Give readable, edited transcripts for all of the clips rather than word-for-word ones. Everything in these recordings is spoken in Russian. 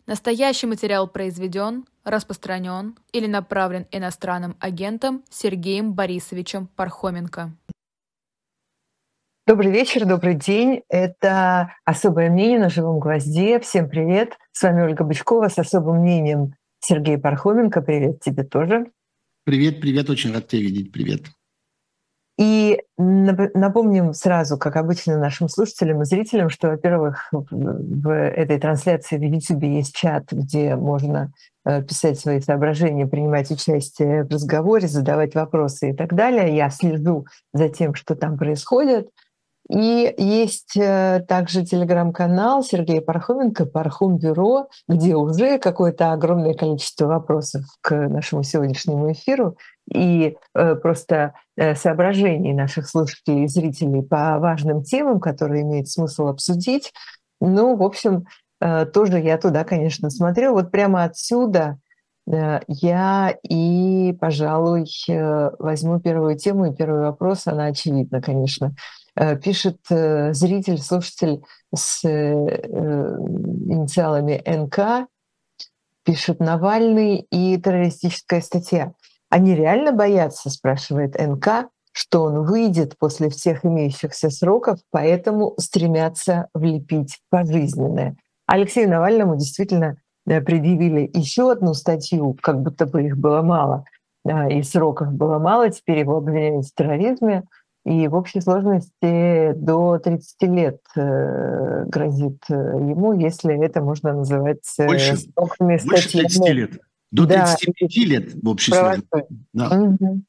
Настоящий материал произведен, распространен или направлен иностранным агентом Сергеем Борисовичем Пархоменко. Добрый вечер, добрый день. Это «Особое мнение» на «Живом гвозде». Всем привет. С вами Ольга Бычкова с особым мнением Сергей Пархоменко. Привет тебе тоже. Привет, привет. Очень рад тебя видеть. Привет. И напомним сразу, как обычно, нашим слушателям и зрителям, что, во-первых, в этой трансляции в YouTube есть чат, где можно писать свои соображения, принимать участие в разговоре, задавать вопросы и так далее. Я слежу за тем, что там происходит. И есть также телеграм-канал Сергея Пархоменко «Пархом-бюро», где уже какое-то огромное количество вопросов к нашему сегодняшнему эфиру и просто соображений наших слушателей и зрителей по важным темам, которые имеет смысл обсудить. Ну, в общем, тоже я туда, конечно, смотрю. Вот прямо отсюда я и, пожалуй, возьму первую тему и первый вопрос. Она очевидна, конечно. Пишет зритель, слушатель с инициалами НК, пишет «Навальный и террористическая статья». Они реально боятся, спрашивает НК, что он выйдет после всех имеющихся сроков, поэтому стремятся влепить пожизненное. Алексею Навальному действительно предъявили еще одну статью, как будто бы их было мало, и сроков было мало, теперь его обвиняют в терроризме. И в общей сложности до 30 лет грозит ему, если это можно называть больше сроками статьи. Больше 30 лет. До 35 лет в общей сложности. Да. Угу.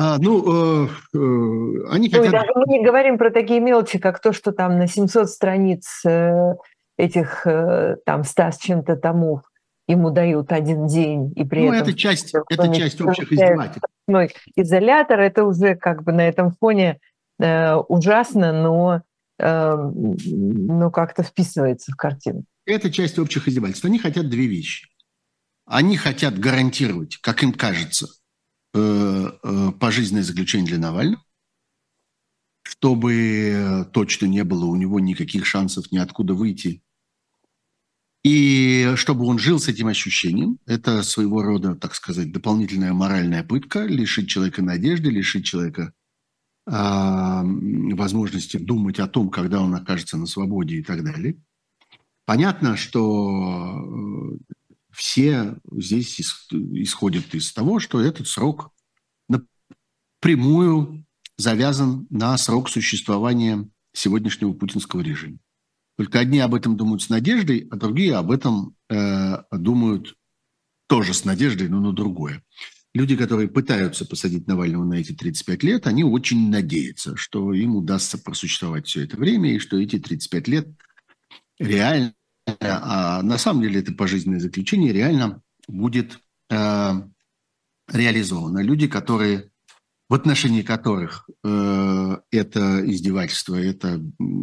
Они хотят... Даже мы не говорим про такие мелочи, как то, что там на 700 страниц этих там 100 с чем-то томов ему дают один день, и при этом... это часть общих издевательств. Изолятор — это уже как бы на этом фоне ужасно, но как-то вписывается в картину. Это часть общих издевательств. Они хотят две вещи. Они хотят гарантировать, как им кажется, пожизненное заключение для Навального, чтобы точно не было у него никаких шансов ниоткуда выйти. И чтобы он жил с этим ощущением. Это своего рода, так сказать, дополнительная моральная пытка, лишить человека надежды, лишить человека возможности думать о том, когда он окажется на свободе и так далее. Понятно, что все здесь исходят из того, что этот срок напрямую завязан на срок существования сегодняшнего путинского режима. Только одни об этом думают с надеждой, а другие об этом думают тоже с надеждой, но на другое. Люди, которые пытаются посадить Навального на эти 35 лет, они очень надеются, что им удастся просуществовать все это время, и что эти 35 лет реально, а на самом деле это пожизненное заключение, реально будет реализовано. Люди, которые, в отношении которых это издевательство, это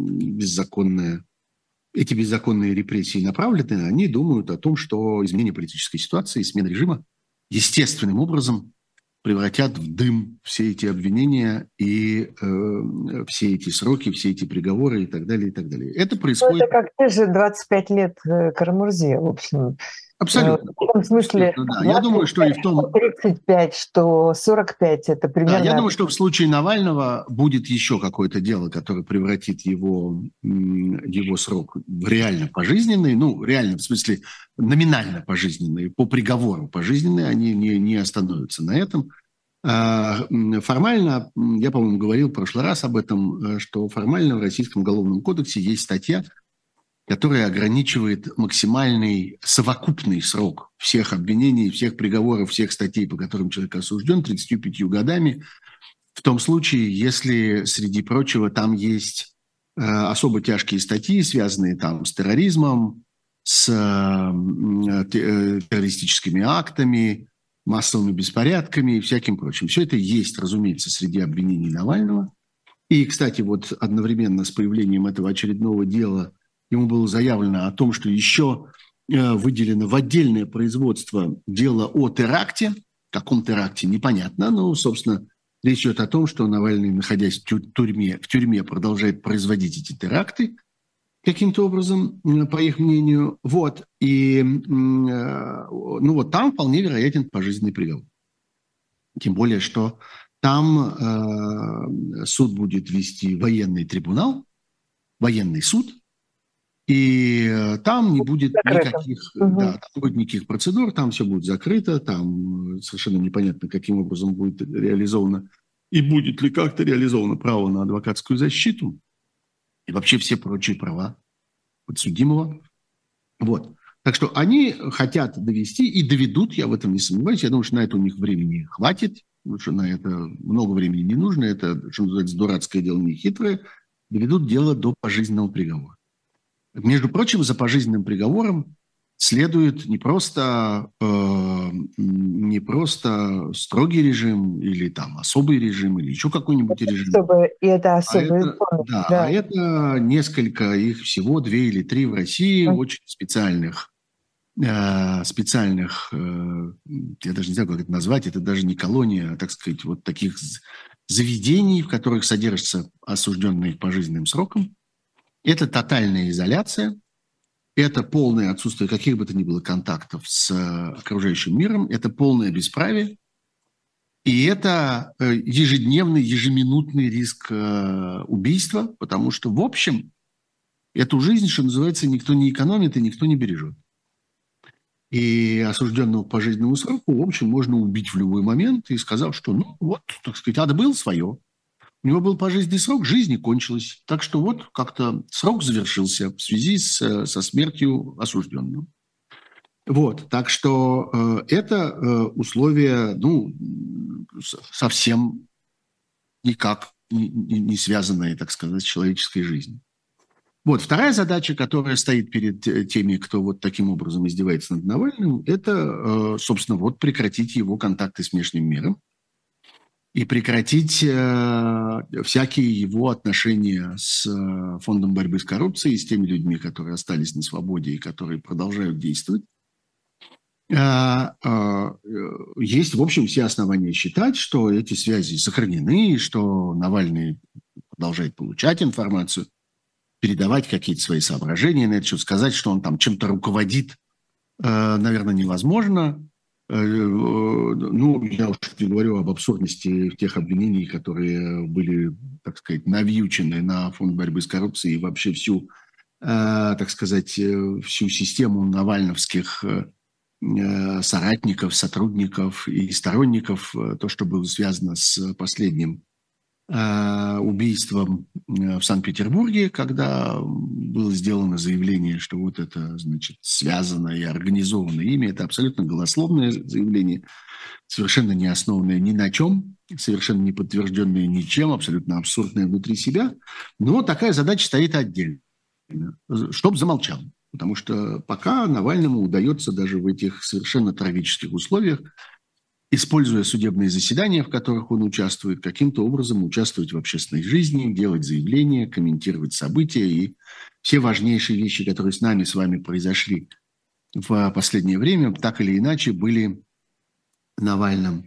эти беззаконные репрессии направлены, они думают о том, что изменение политической ситуации и смена режима естественным образом превратят в дым все эти обвинения и все эти сроки, все эти приговоры и так далее, и так далее. Это происходит... Это как те же 25 лет Карамурзе, в общем. Абсолютно. В том смысле, да. Я думаю, что и в том... 35, что 45 – это примерно... Да, я думаю, что в случае Навального будет еще какое-то дело, которое превратит его срок в реально пожизненный, реально, в смысле, номинально пожизненный, по приговору пожизненный, они не остановятся на этом. Формально, я, по-моему, говорил в прошлый раз об этом, что формально в Российском уголовном кодексе есть статья, которая ограничивает максимальный совокупный срок всех обвинений, всех приговоров, всех статей, по которым человек осужден, 35 годами, в том случае, если, среди прочего, там есть особо тяжкие статьи, связанные там с терроризмом, с террористическими актами, массовыми беспорядками и всяким прочим. Все это есть, разумеется, среди обвинений Навального. И, кстати, вот одновременно с появлением этого очередного дела ему было заявлено о том, что еще выделено в отдельное производство дело о теракте. В каком теракте, непонятно. Но, собственно, речь идет о том, что Навальный, находясь в тюрьме, продолжает производить эти теракты. каким-то образом, по их мнению. Вот. И ну вот там вполне вероятен пожизненный приговор. Тем более, что там суд будет вести военный трибунал, военный суд, и там не будет никаких, да, там не будет никаких процедур, там все будет закрыто, там совершенно непонятно, каким образом будет реализовано и будет ли как-то реализовано право на адвокатскую защиту и вообще все прочие права подсудимого. Вот. Так что они хотят довести и доведут, я в этом не сомневаюсь. Я думаю, что на это у них времени хватит, потому что на это много времени не нужно. Это, что называется, дурацкое дело, не хитрое. Доведут дело до пожизненного приговора. Между прочим, за пожизненным приговором следует не просто строгий режим или там особый режим или еще какой-нибудь режим. И это особый а это несколько, их всего 2 или 3 в России, очень специальных, я даже не знаю, как это назвать, это даже не колония, а, так сказать, вот таких заведений, в которых содержатся осужденные к пожизненным срокам. Это тотальная изоляция, это полное отсутствие каких бы то ни было контактов с окружающим миром, это полное бесправие, и это ежедневный, ежеминутный риск убийства, потому что, в общем, эту жизнь, что называется, никто не экономит и никто не бережет. И осужденного к пожизненному сроку, в общем, можно убить в любой момент, и сказав, что, ну вот, так сказать, отбыл свое. У него был пожизненный срок, жизнь кончилась. Так что вот как-то срок завершился в связи со смертью осужденного. Вот, так что это условия, ну, совсем никак не связанные, так сказать, с человеческой жизнью. Вот, вторая задача, которая стоит перед теми, кто вот таким образом издевается над Навальным, это, собственно, вот прекратить его контакты с внешним миром и прекратить всякие его отношения с Фондом борьбы с коррупцией, с теми людьми, которые остались на свободе и которые продолжают действовать. Есть, в общем, все основания считать, что эти связи сохранены, что Навальный продолжает получать информацию, передавать какие-то свои соображения на это счет, сказать, что он там чем-то руководит, наверное, невозможно. Ну, я уж не говорю об абсурдности тех обвинений, которые были, так сказать, навьючены на Фонд борьбы с коррупцией и вообще всю, так сказать, всю систему навальновских соратников, сотрудников и сторонников, то, что было связано с последним убийством в Санкт-Петербурге, когда было сделано заявление, что вот это, значит, связано и организовано ими. Это абсолютно голословное заявление, совершенно не основанное ни на чем, совершенно не подтвержденное ничем, абсолютно абсурдное внутри себя. Но такая задача стоит отдельно, чтобы замолчал. Потому что пока Навальному удается даже в этих совершенно трагических условиях, используя судебные заседания, в которых он участвует, каким-то образом участвовать в общественной жизни, делать заявления, комментировать события и все важнейшие вещи, которые с нами, с вами произошли в последнее время, так или иначе были Навальным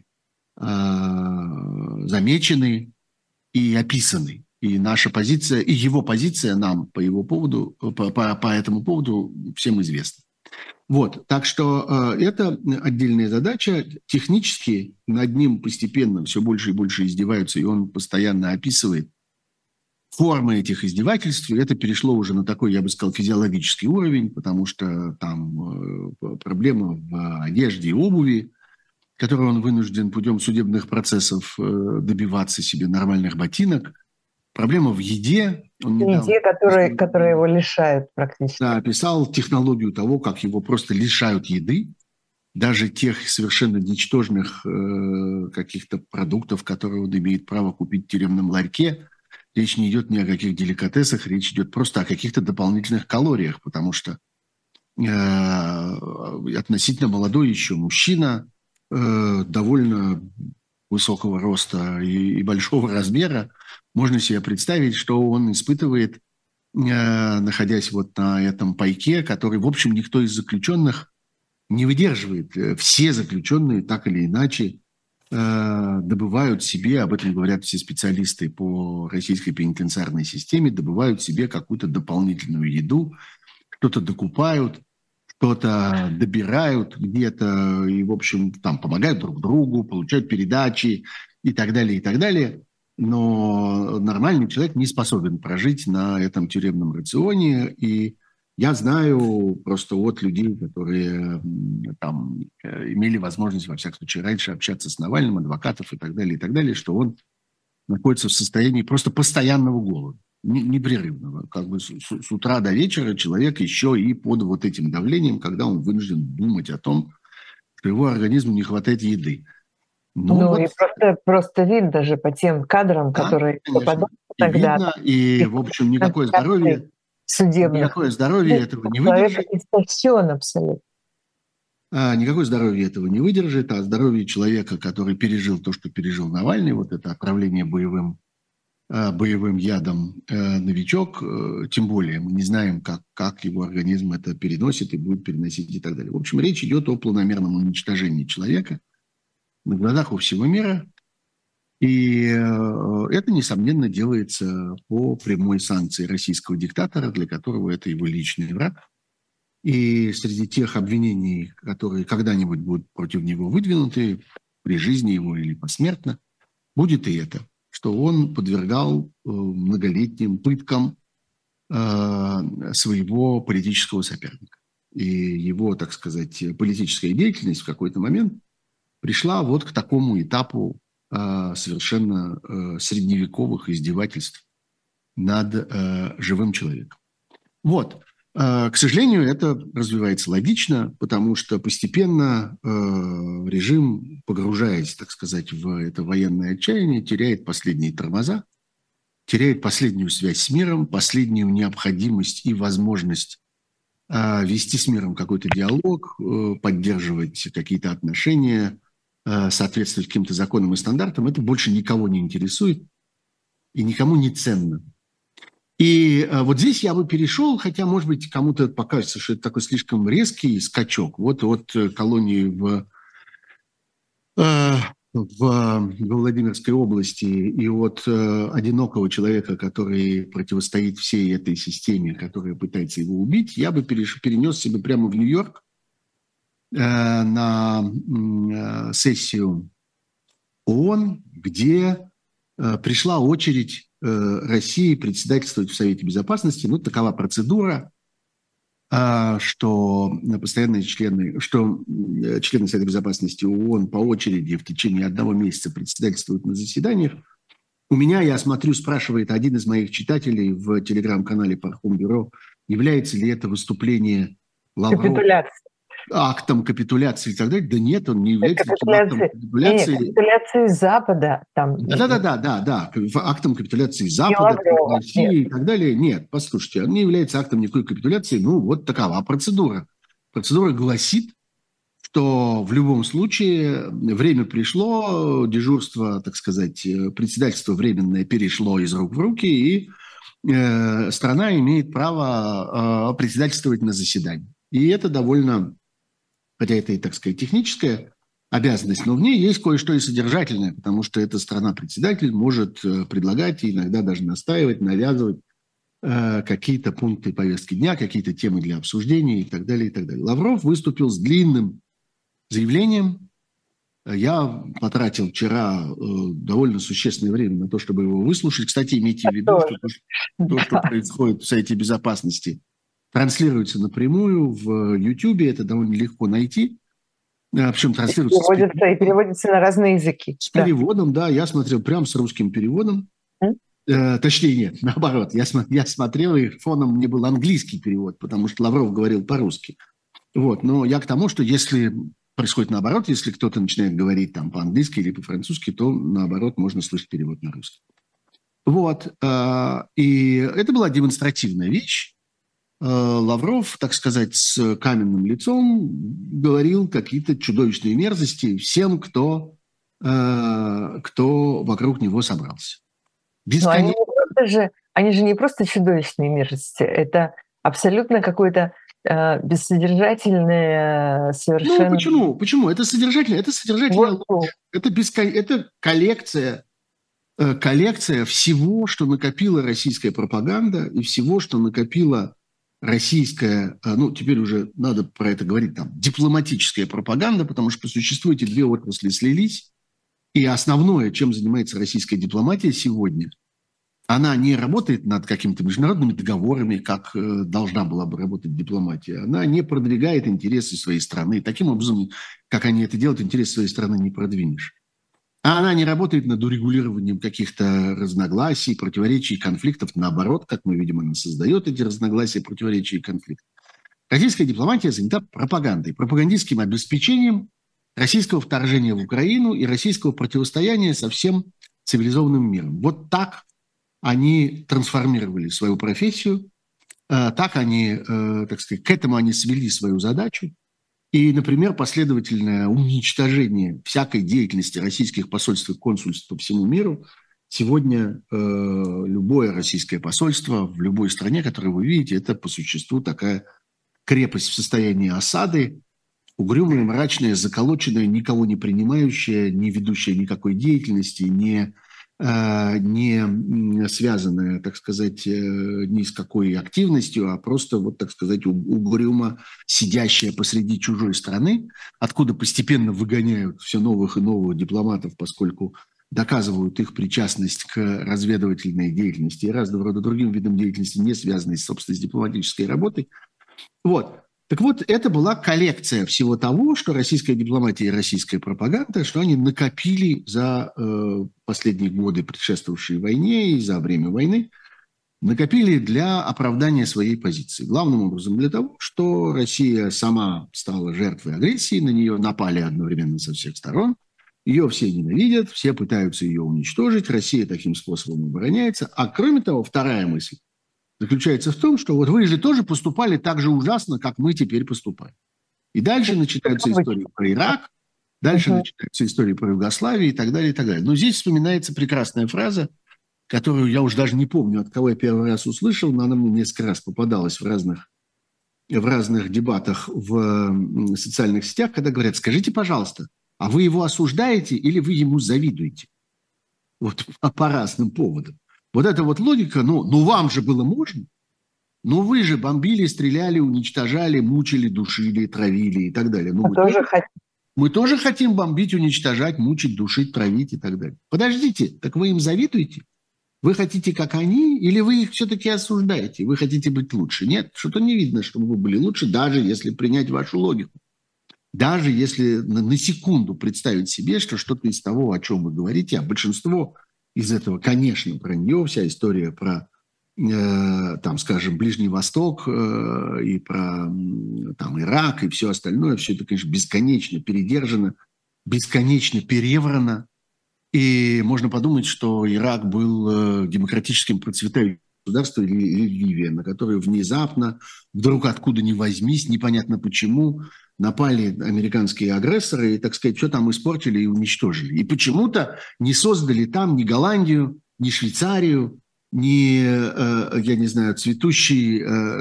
замечены и описаны. И наша позиция, и его позиция нам по его поводу, по этому поводу всем известна. Вот, так что это отдельная задача. Технически над ним постепенно все больше и больше издеваются, и он постоянно описывает формы этих издевательств. И это перешло уже на такой, я бы сказал, физиологический уровень, потому что там проблема в одежде и обуви, которую он вынужден путем судебных процессов добиваться себе нормальных ботинок. Проблема в еде. Которая его лишают практически. Да, описал технологию того, как его просто лишают еды, даже тех совершенно ничтожных каких-то продуктов, которые он имеет право купить в тюремном ларьке. Речь не идет ни о каких деликатесах, речь идет просто о каких-то дополнительных калориях, потому что относительно молодой еще мужчина, довольно высокого роста и большого размера, можно себе представить, что он испытывает, находясь вот на этом пайке, который, в общем, никто из заключенных не выдерживает. Все заключенные так или иначе добывают себе, об этом говорят все специалисты по российской пенитенциарной системе, добывают себе какую-то дополнительную еду, что-то докупают, что-то добирают где-то и, в общем, там помогают друг другу, получают передачи и так далее, и так далее. Но нормальный человек не способен прожить на этом тюремном рационе. И я знаю просто от людей, которые там имели возможность, во всяком случае, раньше общаться с Навальным, адвокатов и так далее, что он находится в состоянии просто постоянного голода, непрерывного. Как бы с утра до вечера человек еще и под вот этим давлением, когда он вынужден думать о том, что его организму не хватает еды. Ну и просто видно же по тем кадрам, да, которые попадают тогда. Видно, и в общем, никакое здоровье этого не выдержит. Истощен абсолютно. Никакое здоровье этого не выдержит, а здоровье человека, который пережил то, что пережил Навальный, вот это отправление боевым ядом новичок, тем более мы не знаем, как его организм это переносит и будет переносить и так далее. В общем, речь идет о планомерном уничтожении человека на глазах у всего мира, и это, несомненно, делается по прямой санкции российского диктатора, для которого это его личный враг. И среди тех обвинений, которые когда-нибудь будут против него выдвинуты, при жизни его или посмертно, будет и это, что он подвергал многолетним пыткам своего политического соперника. И его, так сказать, политическая деятельность в какой-то момент пришла вот к такому этапу совершенно средневековых издевательств над живым человеком. Вот. К сожалению, это развивается логично, потому что постепенно режим, погружаясь, так сказать, в это военное отчаяние, теряет последние тормоза, теряет последнюю связь с миром, последнюю необходимость и возможность вести с миром какой-то диалог, поддерживать какие-то отношения, соответствовать каким-то законам и стандартам. Это больше никого не интересует и никому не ценно. И вот здесь я бы перешел, хотя, может быть, кому-то покажется, что это такой слишком резкий скачок. Вот от колонии в Владимирской области и от одинокого человека, который противостоит всей этой системе, которая пытается его убить, я бы перенес себя прямо в Нью-Йорк на сессию ООН, где пришла очередь России председательствовать в Совете Безопасности. Ну, такова процедура, что постоянные члены Совета Безопасности ООН по очереди в течение 1 месяца председательствуют на заседаниях. У меня, я смотрю, спрашивает один из моих читателей в телеграм-канале Пархом-Бюро, является ли это выступление Лаврова актом капитуляции и так далее. Да нет, он не является актом капитуляции. Нет, капитуляции Запада. Да. Актом капитуляции Запада, России и так далее. Нет, послушайте, он не является актом никакой капитуляции. Ну, вот такова процедура. Процедура гласит, что в любом случае время пришло, дежурство, так сказать, председательство временное перешло из рук в руки, и страна имеет право председательствовать на заседании. И это довольно... Хотя это и, так сказать, техническая обязанность, но в ней есть кое-что и содержательное, потому что эта страна-председатель может предлагать и иногда даже настаивать, навязывать какие-то пункты повестки дня, какие-то темы для обсуждения и так далее, и так далее. Лавров выступил с длинным заявлением. Я потратил вчера довольно существенное время на то, чтобы его выслушать. Кстати, имейте в виду, что то, что происходит в Совете Безопасности, транслируется напрямую в Ютьюбе, это довольно легко найти. Причем транслируется переводится на разные языки. С переводом, да. Я смотрел прям с русским переводом. Точнее, нет, наоборот. Я смотрел, и фоном мне был английский перевод, потому что Лавров говорил по-русски. Вот. Но я к тому, что если происходит наоборот, если кто-то начинает говорить там по-английски или по-французски, то наоборот можно слышать перевод на русский. Вот. И это была демонстративная вещь. Лавров, так сказать, с каменным лицом говорил какие-то чудовищные мерзости всем, кто вокруг него собрался. Они же не просто чудовищные мерзости, это абсолютно какое-то бессодержательные совершенно... Почему? Это содержательная ложь. Это коллекция всего, что накопила российская пропаганда и всего, что накопила российская, теперь уже надо про это говорить, дипломатическая пропаганда, потому что по существу эти две отрасли слились. И основное, чем занимается российская дипломатия сегодня, она не работает над какими-то международными договорами, как должна была бы работать дипломатия. Она не продвигает интересы своей страны. Таким образом, как они это делают, интересы своей страны не продвинешь. А она не работает над урегулированием каких-то разногласий, противоречий, конфликтов. Наоборот, как мы видим, она создает эти разногласия, противоречия и конфликты. Российская дипломатия занята пропагандой, пропагандистским обеспечением российского вторжения в Украину и российского противостояния со всем цивилизованным миром. Вот так они трансформировали свою профессию, так они, так сказать, к этому они свели свою задачу. И, например, последовательное уничтожение всякой деятельности российских посольств и консульств по всему миру. Сегодня любое российское посольство в любой стране, которую вы видите, это по существу такая крепость в состоянии осады, угрюмая, мрачная, заколоченная, никого не принимающая, не ведущая никакой деятельности, не связанная, так сказать, ни с какой активностью, а просто, так сказать, угрюмо сидящая посреди чужой страны, откуда постепенно выгоняют все новых и новых дипломатов, поскольку доказывают их причастность к разведывательной деятельности и разного рода другим видам деятельности, не связанной, собственно, с дипломатической работой. Так вот, это была коллекция всего того, что российская дипломатия и российская пропаганда, что они накопили за последние годы, предшествовавшие войне, и за время войны, накопили для оправдания своей позиции. Главным образом для того, что Россия сама стала жертвой агрессии, на нее напали одновременно со всех сторон, ее все ненавидят, все пытаются ее уничтожить, Россия таким способом обороняется. А кроме того, вторая мысль заключается в том, что вы же тоже поступали так же ужасно, как мы теперь поступаем. И дальше начинаются истории про Ирак, дальше начинаются истории про Югославию и так далее, и так далее. Но здесь вспоминается прекрасная фраза, которую я уже даже не помню, от кого я первый раз услышал, но она мне несколько раз попадалась в разных дебатах в социальных сетях, когда говорят: скажите, пожалуйста, а вы его осуждаете или вы ему завидуете? По разным поводам. Эта логика, вам же было можно. Вы же бомбили, стреляли, уничтожали, мучили, душили, травили и так далее. Мы тоже хотим бомбить, уничтожать, мучить, душить, травить и так далее. Подождите, так вы им завидуете? Вы хотите, как они, или вы их все-таки осуждаете? Вы хотите быть лучше? Нет, что-то не видно, чтобы вы были лучше, даже если принять вашу логику. Даже если на секунду представить себе, что что-то из того, о чем вы говорите, а большинство из этого, конечно, про нее, вся история про, скажем, Ближний Восток и про Ирак и все остальное, все это, конечно, бесконечно передержано, бесконечно переврано. И можно подумать, что Ирак был демократическим процветающим государством или Ливия, на которую внезапно, вдруг откуда ни возьмись, непонятно почему, напали американские агрессоры и, так сказать, все там испортили и уничтожили. И почему-то не создали там ни Голландию, ни Швейцарию, ни, я не знаю, цветущий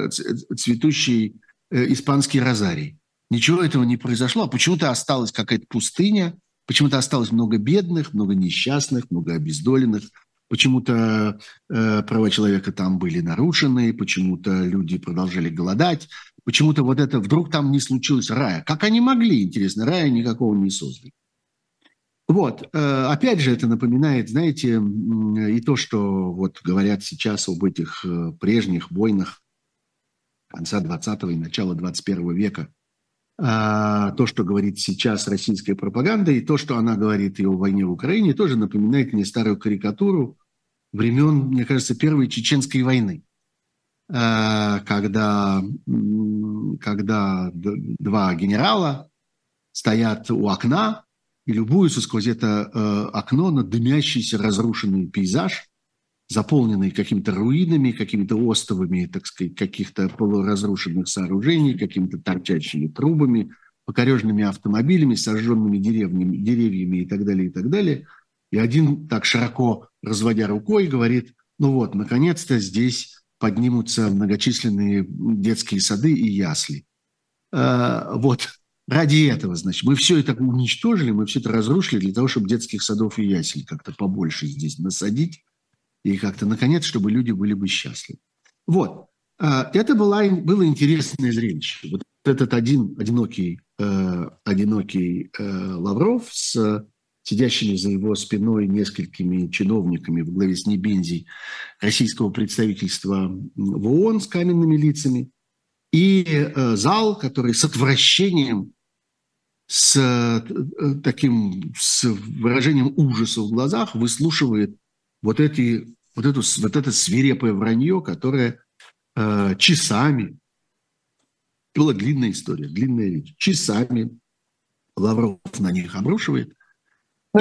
испанский розарий. Ничего этого не произошло, а почему-то осталась какая-то пустыня, почему-то осталось много бедных, много несчастных, много обездоленных, почему-то права человека там были нарушены, почему-то люди продолжали голодать, почему-то это вдруг там не случилось рая. Как они могли, интересно, рая никакого не создали. Опять же, это напоминает, знаете, и то, что говорят сейчас об этих прежних войнах конца 20-го и начала 21 века. То, что говорит сейчас российская пропаганда, и то, что она говорит и о войне в Украине, тоже напоминает мне старую карикатуру времен, мне кажется, Первой Чеченской войны, когда два генерала стоят у окна и любуются сквозь это окно на дымящийся разрушенный пейзаж, заполненный какими-то руинами, какими-то остовами, так сказать, каких-то полуразрушенных сооружений, какими-то торчащими трубами, покореженными автомобилями, сожженными деревьями и так далее, и так далее. И один, так широко разводя рукой, говорит: наконец-то здесь поднимутся многочисленные детские сады и ясли. Вот ради этого, значит, мы все это уничтожили, мы все это разрушили для того, чтобы детских садов и яселей как-то побольше здесь насадить и как-то, наконец, чтобы люди были бы счастливы. Вот. Это было интересное зрелище. Вот этот одинокий Лавров с сидящими за его спиной несколькими чиновниками во главе с Небензей российского представительства в ООН с каменными лицами, и зал, который с отвращением, с выражением ужаса в глазах выслушивает вот это свирепое вранье, которое часами, была длинная история, длинная речь, часами Лавров на них обрушивает. И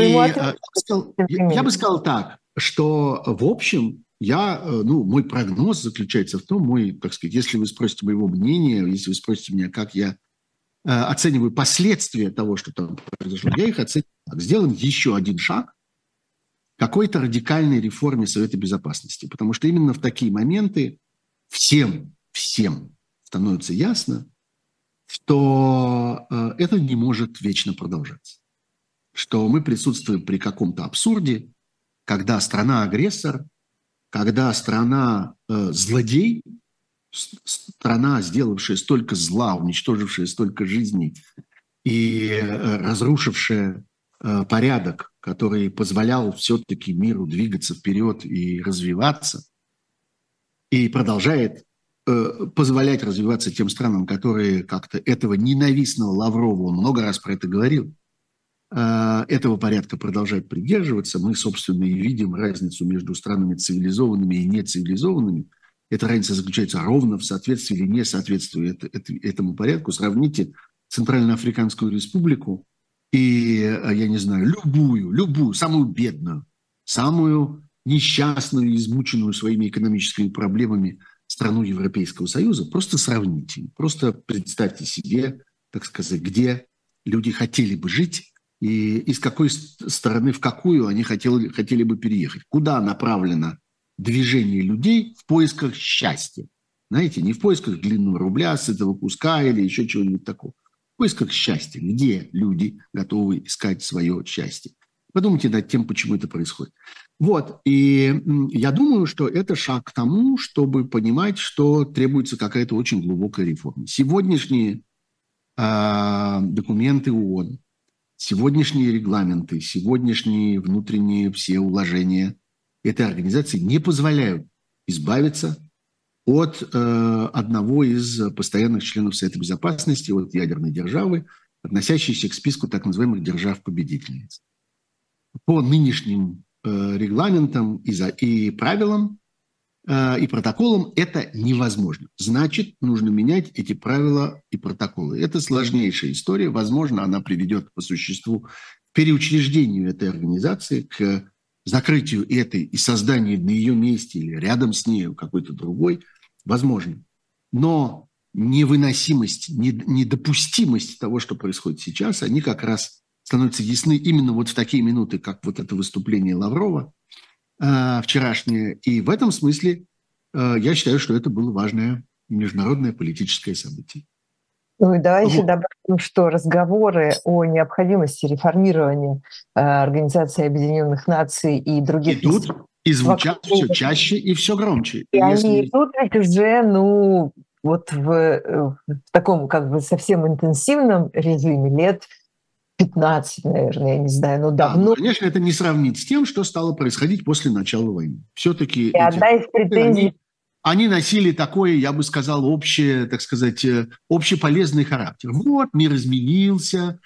я бы сказал так, что в общем мой прогноз заключается в том, так сказать, если вы спросите моего мнения, если вы спросите меня, как я оцениваю последствия того, что там произошло, я их оцениваю так. Сделан еще один шаг к какой-то радикальной реформе Совета Безопасности, потому что именно в такие моменты всем становится ясно, что это не может вечно продолжаться. Что мы присутствуем при каком-то абсурде, когда страна-агрессор, когда страна злодей, страна, сделавшая столько зла, уничтожившая столько жизней и разрушившая порядок, который позволял все-таки миру двигаться вперед и развиваться, и продолжает позволять развиваться тем странам, которые как-то этого ненавистного Лаврова, он много раз про это говорил, этого порядка продолжать придерживаться. Мы, собственно, и видим разницу между странами цивилизованными и нецивилизованными. Эта разница заключается ровно в соответствии или несоответствии этому порядку. Сравните Центральноафриканскую республику и, я не знаю, любую, самую бедную, самую несчастную, измученную своими экономическими проблемами страну Европейского Союза. Просто сравните. Просто представьте себе, так сказать, где люди хотели бы жить, и с какой стороны в какую они хотели бы переехать. Куда направлено движение людей в поисках счастья? Знаете, не в поисках длинного рубля, сытого куска или еще чего-нибудь такого. В поисках счастья. Где люди готовы искать свое счастье? Подумайте над тем, почему это происходит. Вот. И я думаю, что это шаг к тому, чтобы понимать, что требуется какая-то очень глубокая реформа. Сегодняшние документы ООН, сегодняшние регламенты, сегодняшние внутренние все уложения этой организации не позволяют избавиться от одного из постоянных членов Совета Безопасности, от ядерной державы, относящейся к списку так называемых держав-победительниц. По нынешним регламентам и правилам и протоколам это невозможно. Значит, нужно менять эти правила и протоколы. Это сложнейшая история. Возможно, она приведет по существу к переучреждению этой организации, к закрытию этой и созданию на ее месте или рядом с нею какой-то другой. Возможно. Но невыносимость, недопустимость того, что происходит сейчас, они как раз становятся ясны именно вот в такие минуты, как вот это выступление Лаврова вчерашнее. И в этом смысле я считаю, что это было важное международное политическое событие. Ну и давай еще добавим, что разговоры о необходимости реформирования Организации Объединенных Наций и других... Идут и звучат все чаще и все громче. И они идут ведь уже, вот в таком как бы совсем интенсивном режиме лет 15, наверное, я не знаю, но давно. Да, конечно, это не сравнить с тем, что стало происходить после начала войны. Все-таки одна из претензий... Они носили такой, я бы сказал, общеполезный характер. Вот, мир изменился,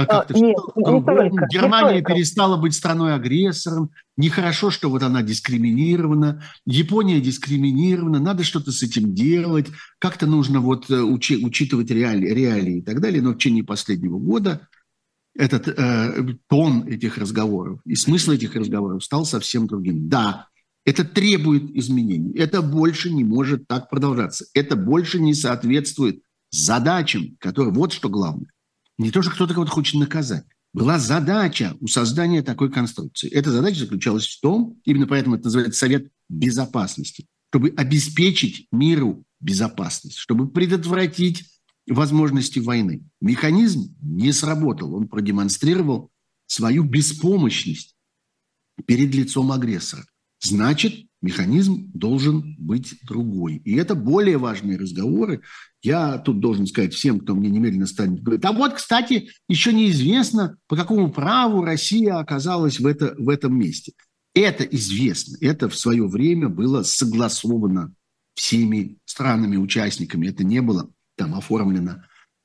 Германия перестала быть страной-агрессором, нехорошо, что вот она дискриминирована, Япония дискриминирована, надо что-то с этим делать, как-то нужно вот учитывать реалии и так далее. Но в течение последнего года этот тон этих разговоров и смысл этих разговоров стал совсем другим. Да, это требует изменений. Это больше не может так продолжаться. Это больше не соответствует задачам, которые... Вот что главное. Не то, что кто-то кого-то хочет наказать. Была задача у создания такой конструкции. Эта задача заключалась в том, именно поэтому это называется Совет Безопасности, в чтобы обеспечить миру безопасность, чтобы предотвратить возможности войны. Механизм не сработал, он продемонстрировал свою беспомощность перед лицом агрессора. Значит, механизм должен быть другой. И это более важные разговоры. Я тут должен сказать всем, кто мне немедленно станет говорить, а вот, кстати, еще неизвестно, по какому праву Россия оказалась в этом месте. Это известно. Это в свое время было согласовано всеми странами-участниками. Это не было там оформлено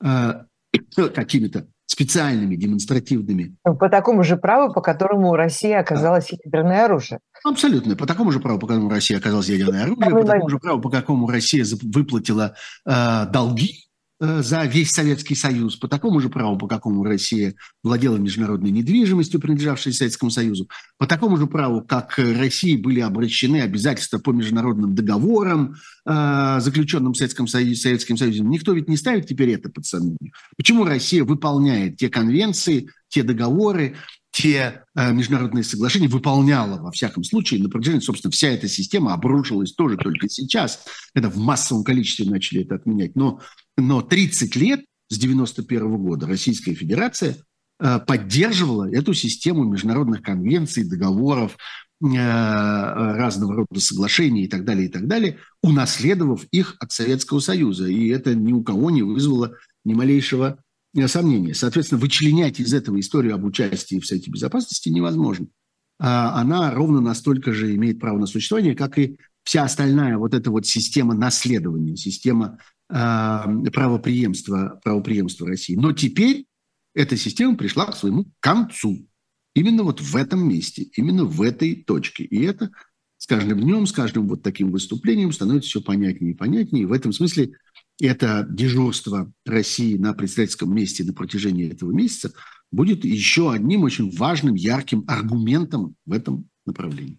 какими-то специальными демонстративными. По такому же праву, по которому Россия оказалась ядерное оружие. Абсолютно. По такому же праву, по которому Россия оказалась ядерное оружие, по такому же праву, по какому Россия выплатила долги за весь Советский Союз, по такому же праву, по какому Россия владела международной недвижимостью, принадлежавшей Советскому Союзу, по такому же праву, как России были обращены обязательства по международным договорам, заключенным Советским Союзом. Никто ведь не ставит теперь это под сомнение. Почему Россия выполняет те конвенции, те договоры, те международные соглашения, выполняла во всяком случае на протяжении, собственно, вся эта система обрушилась тоже только сейчас, когда в массовом количестве начали это отменять. Но 30 лет с 1991 года Российская Федерация поддерживала эту систему международных конвенций, договоров, разного рода соглашений и так далее, унаследовав их от Советского Союза. И это ни у кого не вызвало ни малейшего сомнения. Соответственно, вычленять из этого историю об участии в Совете Безопасности невозможно. Она ровно настолько же имеет право на существование, как и вся остальная вот эта вот система наследования, система правопреемства России. Но теперь эта система пришла к своему концу. Именно вот в этом месте, именно в этой точке. И это с каждым днем, с каждым вот таким выступлением становится все понятнее и понятнее. И в этом смысле это дежурство России на председательском месте на протяжении этого месяца будет еще одним очень важным, ярким аргументом в этом направлении.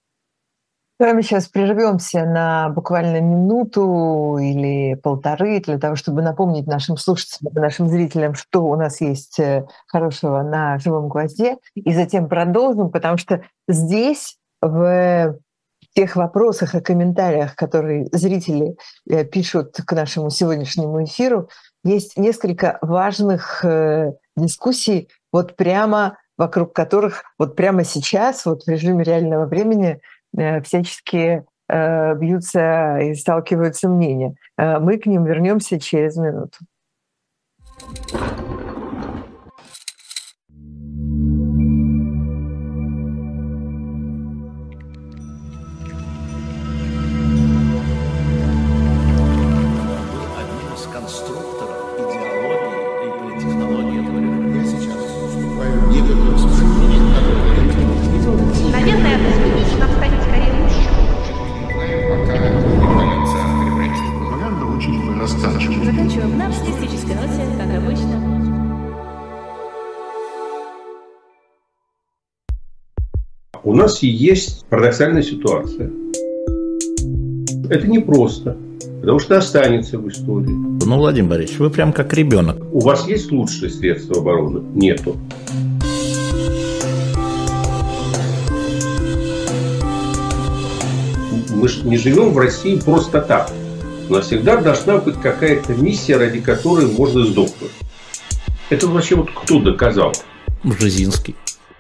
С вами сейчас прервемся на буквально минуту или полторы для того, чтобы напомнить нашим слушателям, нашим зрителям, что у нас есть хорошего на «Живом гвозде», и затем продолжим, потому что здесь в тех вопросах и комментариях, которые зрители пишут к нашему сегодняшнему эфиру, есть несколько важных дискуссий, вот прямо вокруг которых вот прямо сейчас, вот в режиме реального времени всячески бьются и сталкиваются мнения. Мы к ним вернемся через минуту. Заканчиваем наш статистический ноте, как обычно. У нас есть парадоксальная ситуация. Это непросто, потому что останется в истории. Ну, Владимир Борисович, вы прям как ребенок. У вас есть лучшие средства обороны? Нету. Мы же не живем в России просто так. У нас всегда должна быть какая-то миссия, ради которой можно сдохнуть. Это вообще вот кто доказал? Бжезинский.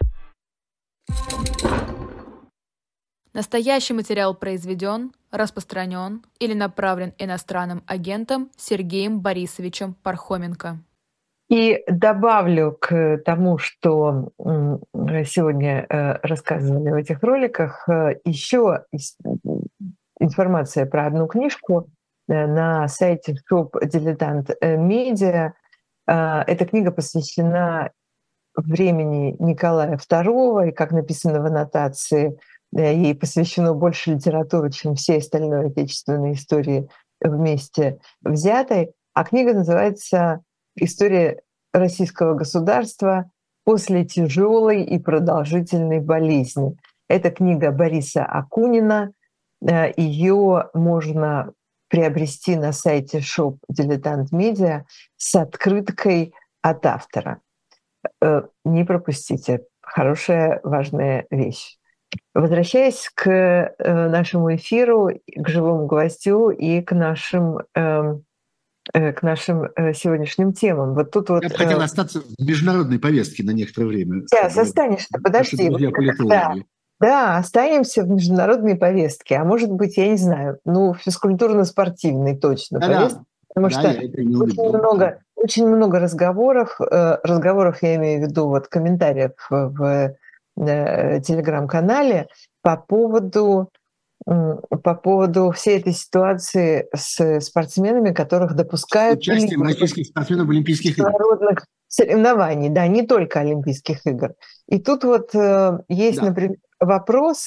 Настоящий материал произведен, распространен или направлен иностранным агентом Сергеем Борисовичем Пархоменко. И добавлю к тому, что сегодня рассказывали в этих роликах, еще информация про одну книжку на сайте Shop Dilettant Media. Эта книга посвящена времени Николая II, и, как написано в аннотации, ей посвящено больше литературы, чем всей остальной отечественной истории вместе взятой. А книга называется «История российского государства после тяжелой и продолжительной болезни». Это книга Бориса Акунина. Ее можно приобрести на сайте Shop Dilettant Media с открыткой от автора. Не пропустите. Хорошая, важная вещь. Возвращаясь к нашему эфиру, к живому гвоздю и к нашим сегодняшним темам. Вот тут вот... Я бы хотел остаться в международной повестке на некоторое время. Сейчас останешься, подожди. Да, останемся в международной повестке, а может быть, я не знаю, физкультурно-спортивной точно повестке, потому что очень много разговоров, я имею в виду вот комментариев в телеграм-канале по поводу всей этой ситуации с спортсменами, которых допускают... Участием российских спортсменов в Олимпийских играх. Международных соревнований, да, не только Олимпийских игр. И тут вот есть, например, вопрос,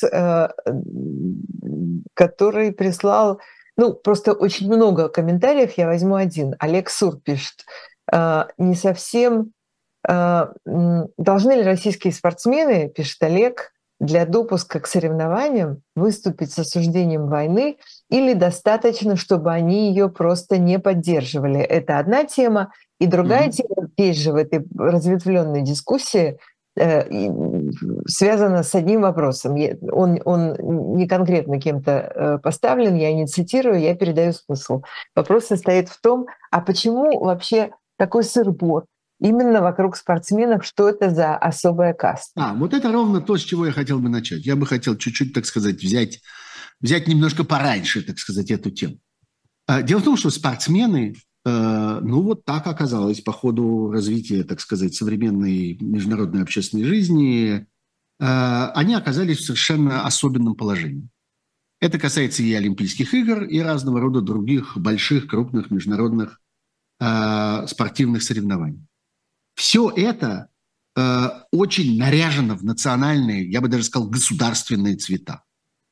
который прислал... просто очень много комментариев, я возьму один. Олег Сур пишет, не совсем... Должны ли российские спортсмены, пишет Олег, для допуска к соревнованиям выступить с осуждением войны или достаточно, чтобы они ее просто не поддерживали? Это одна тема. И другая тема, здесь же в этой разветвленной дискуссии, связана с одним вопросом. Он не конкретно кем-то поставлен, я не цитирую, я передаю смысл. Вопрос состоит в том, а почему вообще такой сыр-бор именно вокруг спортсменов, что это за особая каста? Вот это ровно то, с чего я хотел бы начать. Я бы хотел чуть-чуть, так сказать, взять немножко пораньше, так сказать, эту тему. Дело в том, что спортсмены, вот так оказалось по ходу развития, так сказать, современной международной общественной жизни, они оказались в совершенно особенном положении. Это касается и Олимпийских игр, и разного рода других больших, крупных международных спортивных соревнований. Все это очень наряжено в национальные, я бы даже сказал, государственные цвета.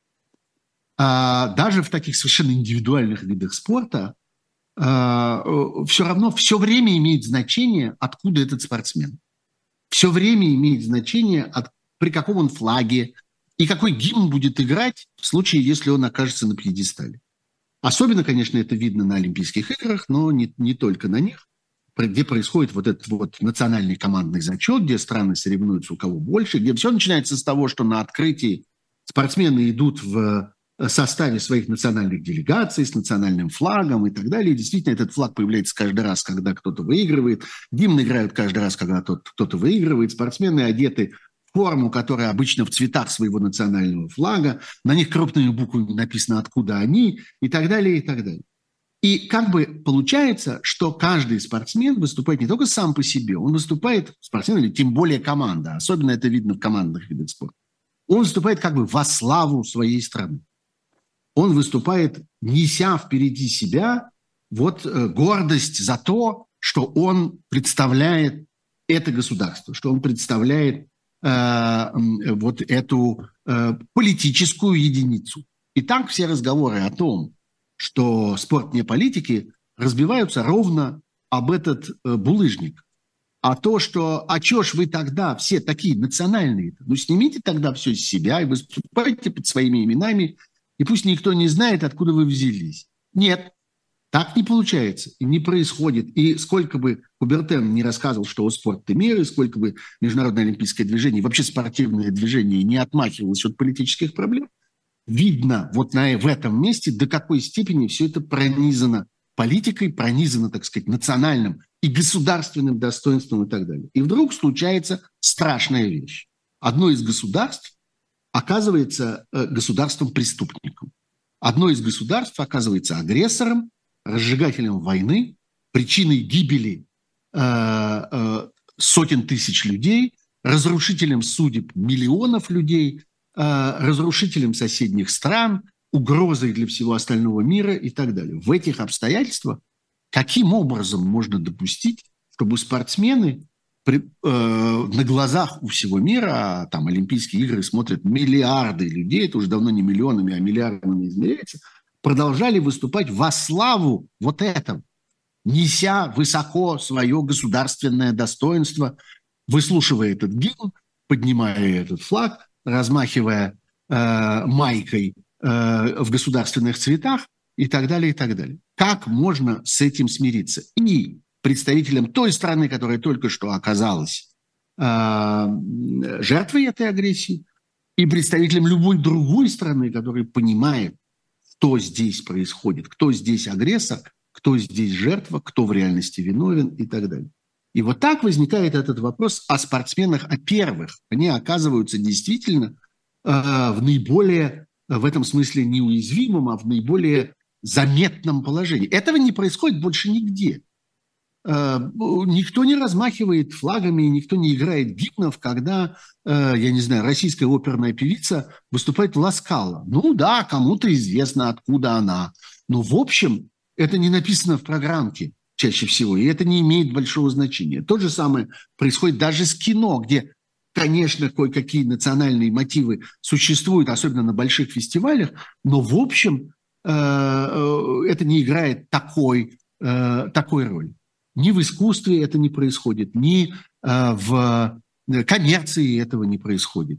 Даже в таких совершенно индивидуальных видах спорта все равно все время имеет значение, откуда этот спортсмен. Все время имеет значение, при каком он флаге и какой гимн будет играть в случае, если он окажется на пьедестале. Особенно, конечно, это видно на Олимпийских играх, но не только на них, где происходит вот этот вот национальный командный зачет, где страны соревнуются у кого больше, где все начинается с того, что на открытии спортсмены идут в составе своих национальных делегаций с национальным флагом и так далее. И действительно, этот флаг появляется каждый раз, когда кто-то выигрывает. Гимн играют каждый раз, когда кто-то выигрывает. Спортсмены одеты в форму, которая обычно в цветах своего национального флага. На них крупными буквами написано, откуда они, и так далее, и так далее. И как бы получается, что каждый спортсмен выступает не только сам по себе, он выступает, спортсмен или тем более команда, особенно это видно в командных видах спорта, он выступает как бы во славу своей страны. Он выступает, неся впереди себя гордость за то, что он представляет это государство, что он представляет эту политическую единицу. И так все разговоры о том, что спорт не политики, разбиваются ровно об этот булыжник. А то, что, чё ж вы тогда все такие национальные? Снимите тогда все с себя и выступайте под своими именами, и пусть никто не знает, откуда вы взялись. Нет, так не получается и не происходит. И сколько бы Кубертен не рассказывал, что у спорта мир, и сколько бы Международное олимпийское движение, вообще спортивное движение не отмахивалось от политических проблем, видно в этом месте, до какой степени все это пронизано политикой, пронизано, так сказать, национальным и государственным достоинством и так далее. И вдруг случается страшная вещь. Одно из государств оказывается государством-преступником. Одно из государств оказывается агрессором, разжигателем войны, причиной гибели сотен тысяч людей, разрушителем судеб миллионов людей, разрушителем соседних стран, угрозой для всего остального мира и так далее. В этих обстоятельствах каким образом можно допустить, чтобы спортсмены на глазах у всего мира, а там Олимпийские игры смотрят миллиарды людей, это уже давно не миллионами, а миллиардами измеряется, продолжали выступать во славу этому, неся высоко свое государственное достоинство, выслушивая этот гимн, поднимая этот флаг, размахивая майкой в государственных цветах и так далее, и так далее. Как можно с этим смириться? И представителям той страны, которая только что оказалась жертвой этой агрессии, и представителям любой другой страны, который понимает, что здесь происходит, кто здесь агрессор, кто здесь жертва, кто в реальности виновен и так далее. И вот так возникает этот вопрос о спортсменах, о первых. Они оказываются действительно в наиболее, в этом смысле, неуязвимом, а в наиболее заметном положении. Этого не происходит больше нигде. Никто не размахивает флагами, никто не играет гимнов, когда, я не знаю, российская оперная певица выступает в Ла Скала. Ну да, кому-то известно, откуда она. Но в общем, это не написано в программке чаще всего, и это не имеет большого значения. То же самое происходит даже с кино, где, конечно, кое-какие национальные мотивы существуют, особенно на больших фестивалях, но в общем это не играет такой роли. Ни в искусстве это не происходит, ни в коммерции этого не происходит.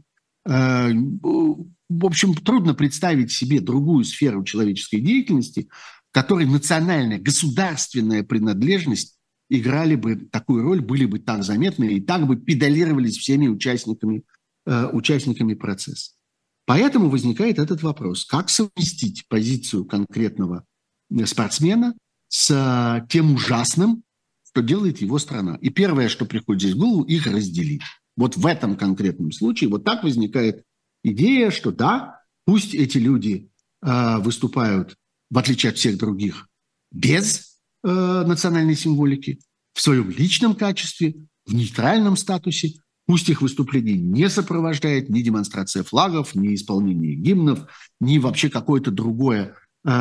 В общем, трудно представить себе другую сферу человеческой деятельности, в которой национальная, государственная принадлежность играли бы такую роль, были бы так заметны и так бы педалировались всеми участниками процесса. Поэтому возникает этот вопрос, как совместить позицию конкретного спортсмена с тем ужасным, что делает его страна. И первое, что приходит здесь в голову, их разделить. Вот в этом конкретном случае вот так возникает идея, что да, пусть эти люди выступают, в отличие от всех других, без национальной символики, в своем личном качестве, в нейтральном статусе. Пусть их выступление не сопровождает ни демонстрация флагов, ни исполнение гимнов, ни вообще какое-то другое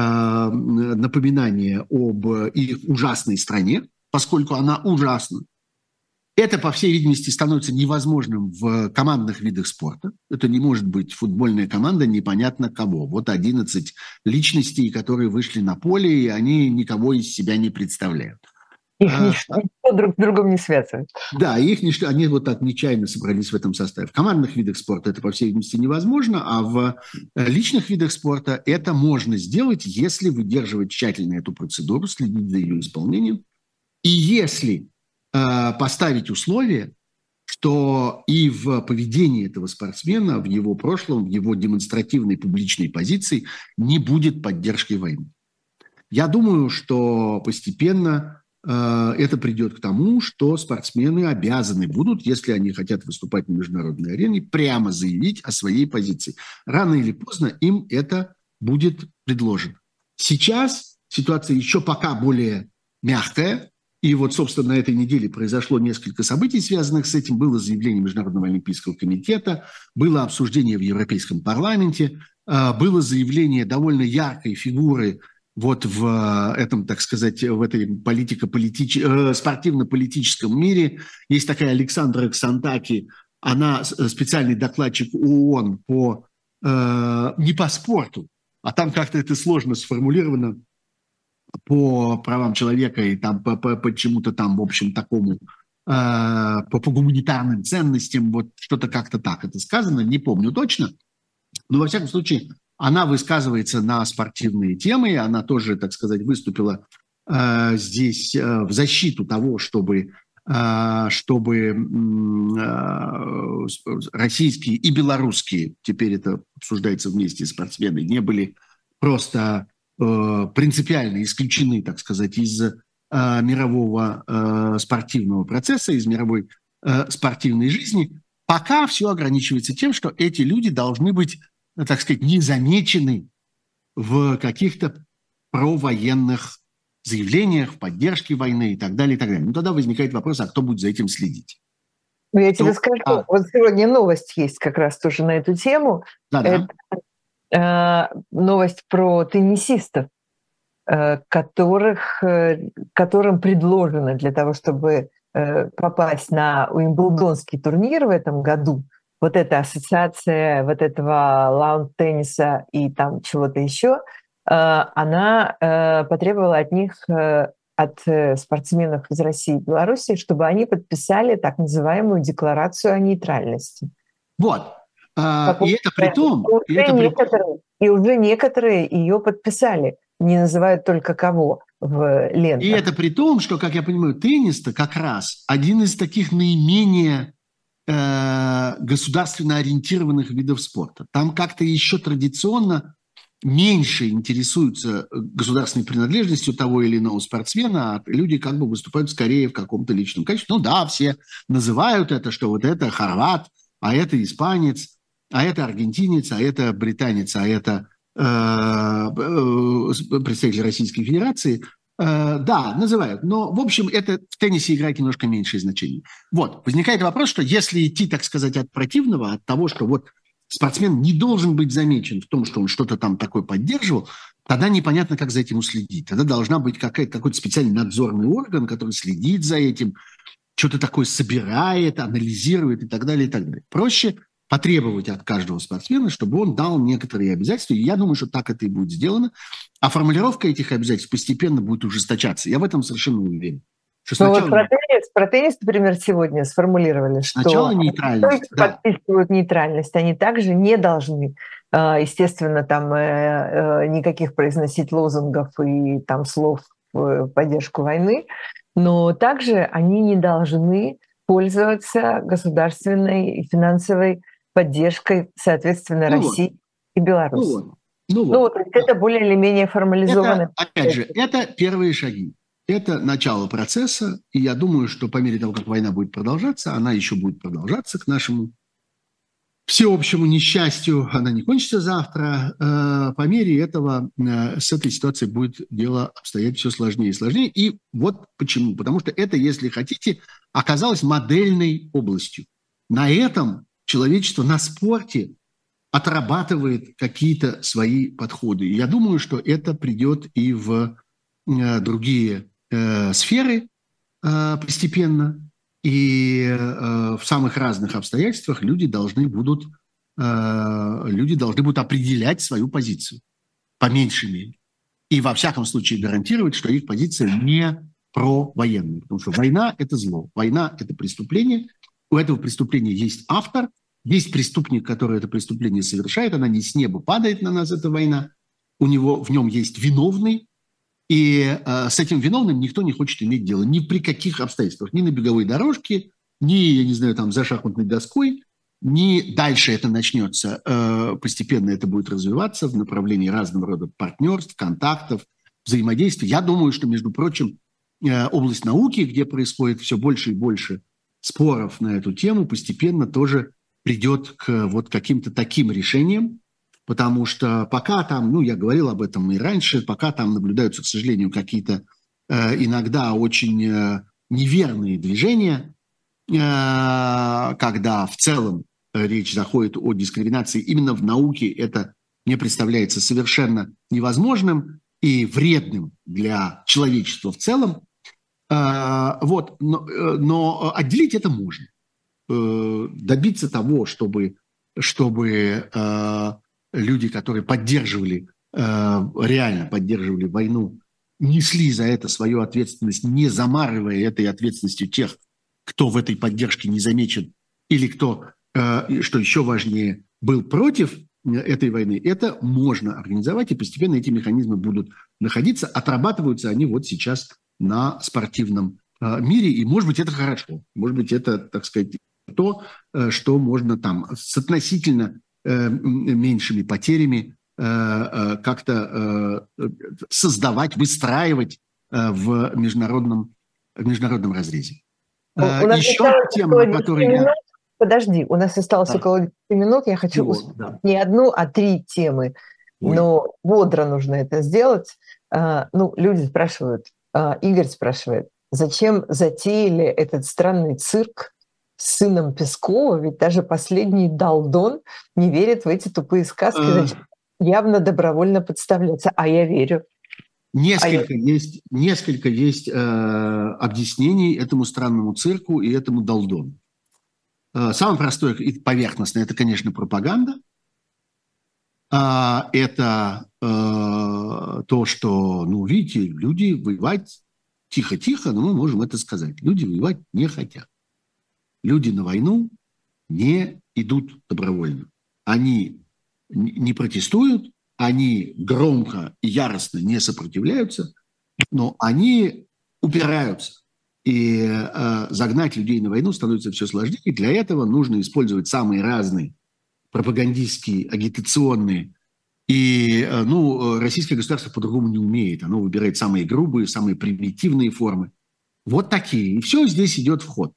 напоминание об их ужасной стране, поскольку она ужасна. Это, по всей видимости, становится невозможным в командных видах спорта. Это не может быть футбольная команда непонятно кого. Вот 11 личностей, которые вышли на поле, и они никого из себя не представляют. Их ничто друг с другом не связывает. Да, они вот так нечаянно собрались в этом составе. В командных видах спорта это, по всей видимости, невозможно, а в личных видах спорта это можно сделать, если выдерживать тщательно эту процедуру, следить за ее исполнением. И если поставить условие, что и в поведении этого спортсмена, в его прошлом, в его демонстративной публичной позиции не будет поддержки войны. Я думаю, что постепенно это придет к тому, что спортсмены обязаны будут, если они хотят выступать на международной арене, прямо заявить о своей позиции. Рано или поздно им это будет предложено. Сейчас ситуация еще пока более мягкая. И вот, собственно, на этой неделе произошло несколько событий, связанных с этим. Было заявление Международного олимпийского комитета, было обсуждение в Европейском парламенте, было заявление довольно яркой фигуры вот в этом, так сказать, в этой спортивно-политическом мире. Есть такая Александра Ксантаки, она специальный докладчик ООН не по спорту, а там как-то это сложно сформулировано, по правам человека и там по чему-то там, в общем, такому, по гуманитарным ценностям, вот что-то как-то так это сказано, не помню точно, но во всяком случае она высказывается на спортивные темы, она тоже, так сказать, выступила здесь в защиту того, чтобы российские и белорусские, теперь это обсуждается вместе, спортсмены, не были просто принципиально исключены, так сказать, из мирового спортивного процесса, из мировой спортивной жизни, пока все ограничивается тем, что эти люди должны быть, так сказать, не замечены в каких-то провоенных заявлениях, в поддержке войны и так далее, и так далее. Ну, тогда возникает вопрос, а кто будет за этим следить? Ну, я тебе скажу, вот сегодня новость есть как раз тоже на эту тему. Да-да. Новость про теннисистов, которым предложено для того, чтобы попасть на Уимблдонский турнир в этом году, вот эта ассоциация вот этого лаун-тенниса и там чего-то еще, она потребовала от них, от спортсменов из России и Беларуси, чтобы они подписали так называемую декларацию о нейтральности. Вот. И это при том... И уже некоторые ее подписали, не называют только кого в лентах. И это при том, что, как я понимаю, теннис-то как раз один из таких наименее государственно ориентированных видов спорта. Там как-то еще традиционно меньше интересуются государственной принадлежностью того или иного спортсмена, а люди как бы выступают скорее в каком-то личном качестве. Ну да, все называют это, что вот это хорват, а это испанец, а это аргентинец, а это британец, а это представитель Российской Федерации. Да, называют. Но, в общем, это в теннисе играет немножко меньшее значение. Вот. Возникает вопрос, что если идти, так сказать, от противного, от того, что вот спортсмен не должен быть замечен в том, что он что-то там такое поддерживал, тогда непонятно, как за этим уследить. Тогда должна быть какой-то специальный надзорный орган, который следит за этим, что-то такое собирает, анализирует и так далее, и так далее. Проще потребовать от каждого спортсмена, чтобы он дал некоторые обязательства. И я думаю, что так это и будет сделано. А формулировка этих обязательств постепенно будет ужесточаться. Я в этом совершенно уверен. Что сначала... вот про теннис, например, сегодня сформулировали, сначала что нейтральность, да. подписывают нейтральность, они также не должны, естественно, там никаких произносить лозунгов и там слов в поддержку войны, но также они не должны пользоваться государственной и финансовой поддержкой, соответственно, России и Беларуси. Вот, это более или менее формализовано. Опять же, это первые шаги. Это начало процесса, и я думаю, что по мере того, как война будет продолжаться, она еще будет продолжаться к нашему всеобщему несчастью, она не кончится завтра. По мере этого с этой ситуацией будет дело обстоять все сложнее и сложнее. И вот почему. Потому что это, если хотите, оказалось модельной областью. На этом человечество, на спорте отрабатывает какие-то свои подходы. И я думаю, что это придет и в другие сферы постепенно. И в самых разных обстоятельствах люди должны будут определять свою позицию, по меньшей мере. И во всяком случае гарантировать, что их позиция не провоенная. Потому что война – это зло, война – это преступление. У этого преступления есть автор, есть преступник, который это преступление совершает, она не с неба падает на нас, эта война. В нем есть виновный, и с этим виновным никто не хочет иметь дело ни при каких обстоятельствах. Ни на беговой дорожке, ни, я не знаю, там за шахматной доской, ни дальше это начнется. Постепенно это будет развиваться в направлении разного рода партнерств, контактов, взаимодействия. Я думаю, что, между прочим, область науки, где происходит все больше и больше споров на эту тему, постепенно тоже придет к вот каким-то таким решениям. Потому что пока там, я говорил об этом и раньше, пока там наблюдаются, к сожалению, какие-то иногда очень неверные движения, когда в целом речь заходит о дискриминации, именно в науке это мне представляется совершенно невозможным и вредным для человечества в целом. Но отделить это можно. Добиться того, чтобы люди, которые реально поддерживали войну, несли за это свою ответственность, не замарывая этой ответственностью тех, кто в этой поддержке не замечен, или кто, что еще важнее, был против этой войны, это можно организовать, и постепенно эти механизмы будут находиться. Отрабатываются они вот сейчас на спортивном мире, и, может быть, это хорошо. Может быть, это, так сказать, то, что можно там с относительно меньшими потерями как-то создавать, выстраивать в международном разрезе. Еще тема, которую Подожди, у нас осталось около 10 минут. Я хочу не одну, а 3 темы. Но бодро нужно это сделать. Люди спрашивают, Игорь спрашивает, зачем затеяли этот странный цирк с сыном Пескова, ведь даже последний долдон не верит в эти тупые сказки, зачем явно добровольно подставляться, а я верю. Несколько есть объяснений этому странному цирку и этому долдону. Самое простое и поверхностное – это, конечно, пропаганда. Это то, что, видите, люди воевать тихо-тихо, но мы можем это сказать. Люди воевать не хотят. Люди на войну не идут добровольно. Они не протестуют, они громко и яростно не сопротивляются, но они упираются. И загнать людей на войну становится все сложнее. И для этого нужно использовать самые разные пропагандистские, агитационные. И российское государство по-другому не умеет. Оно выбирает самые грубые, самые примитивные формы. Вот такие. И все здесь идет в ход.